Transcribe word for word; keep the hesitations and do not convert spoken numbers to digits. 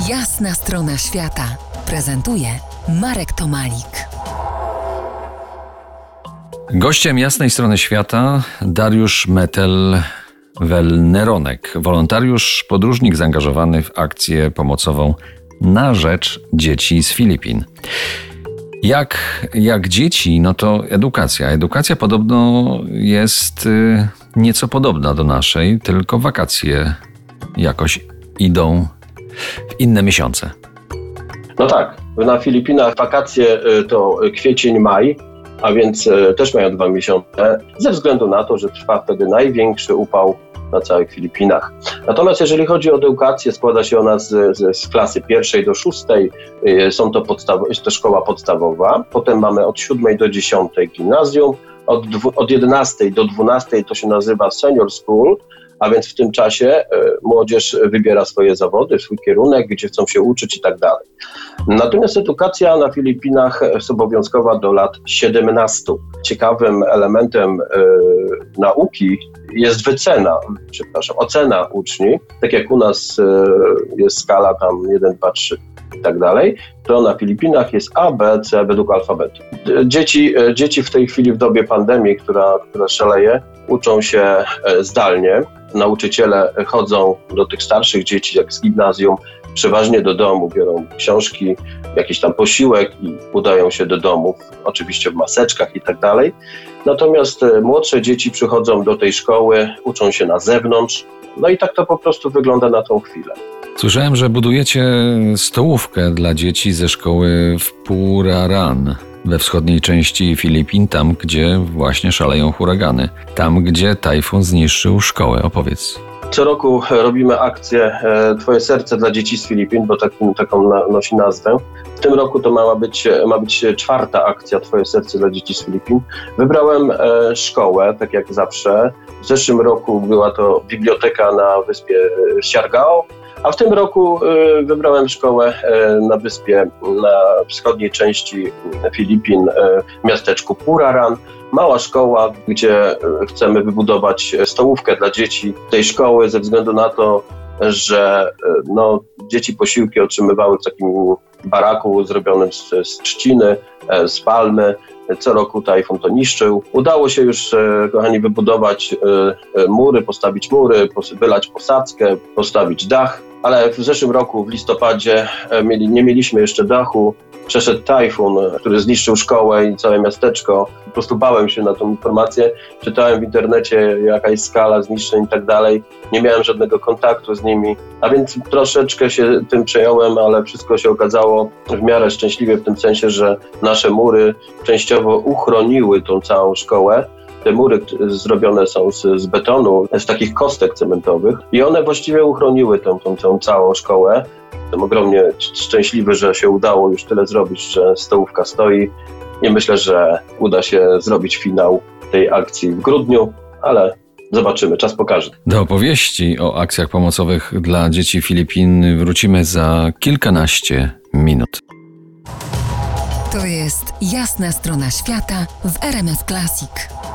Jasna strona świata prezentuje Marek Tomalik. Gościem Jasnej Strony Świata Dariusz Metel-Welneronek, wolontariusz, podróżnik zaangażowany w akcję pomocową na rzecz dzieci z Filipin. Jak, jak dzieci, no to edukacja. Edukacja podobno jest y, nieco podobna do naszej, tylko wakacje jakoś idą w inne miesiące. No tak, na Filipinach wakacje to kwiecień, maj, a więc też mają dwa miesiące, ze względu na to, że trwa wtedy największy upał na całych Filipinach. Natomiast jeżeli chodzi o edukację, składa się ona z, z, z klasy pierwszej do szóstej, są to podstaw- jest to szkoła podstawowa, potem mamy od siódmej do dziesiątej gimnazjum, od, dwu- od jedenastej do dwunastej to się nazywa senior school, a więc w tym czasie y, młodzież wybiera swoje zawody, swój kierunek, gdzie chcą się uczyć i tak dalej. Natomiast edukacja na Filipinach jest obowiązkowa do lat siedemnastu. Ciekawym elementem y, nauki jest wycena, przepraszam, ocena uczniów. Tak jak u nas y, jest skala tam jeden, dwa, trzy i tak dalej, to na Filipinach jest A, B, C według alfabetu. Dzieci, dzieci w tej chwili w dobie pandemii, która, która szaleje, uczą się zdalnie. Nauczyciele chodzą do tych starszych dzieci, jak z gimnazjum, przeważnie do domu, biorą książki, jakiś tam posiłek i udają się do domów, oczywiście w maseczkach i tak dalej. Natomiast młodsze dzieci przychodzą do tej szkoły, uczą się na zewnątrz, no i tak to po prostu wygląda na tą chwilę. Słyszałem, że budujecie stołówkę dla dzieci ze szkoły w Puraran, we wschodniej części Filipin, tam gdzie właśnie szaleją huragany, tam gdzie tajfun zniszczył szkołę. Opowiedz. Co roku robimy akcję e, Twoje serce dla dzieci z Filipin, bo tak, taką na, nosi nazwę. W tym roku to ma być, ma być czwarta akcja Twoje serce dla dzieci z Filipin. Wybrałem e, szkołę, tak jak zawsze. W zeszłym roku była to biblioteka na wyspie Siargao, a w tym roku y, wybrałem szkołę y, na wyspie, na wschodniej części Filipin, y, w miasteczku Puraran. Mała szkoła, gdzie y, chcemy wybudować stołówkę dla dzieci tej szkoły ze względu na to, że y, no, dzieci posiłki otrzymywały w takim baraku zrobionym z, z trzciny, y, z palmy. Co roku tajfun to niszczył. Udało się już, e, kochani, wybudować e, e, mury, postawić mury, pos- wylać posadzkę, postawić dach, ale w zeszłym roku, w listopadzie, e, mieli, nie mieliśmy jeszcze dachu. Przeszedł tajfun, który zniszczył szkołę i całe miasteczko. Po prostu bałem się na tą informację. Czytałem w internecie, jaka jest skala zniszczeń i tak dalej. Nie miałem żadnego kontaktu z nimi, a więc troszeczkę się tym przejąłem, ale wszystko się okazało w miarę szczęśliwie w tym sensie, że nasze mury częściowo uchroniły tą całą szkołę. Te mury zrobione są z, z betonu, z takich kostek cementowych i one właściwie uchroniły tą, tą, tą całą szkołę. Jestem ogromnie szczęśliwy, że się udało już tyle zrobić, że stołówka stoi i myślę, że uda się zrobić finał tej akcji w grudniu, ale zobaczymy, czas pokaże. Do opowieści o akcjach pomocowych dla dzieci Filipin wrócimy za kilkanaście minut. To jest Jasna strona świata w R M F Classic.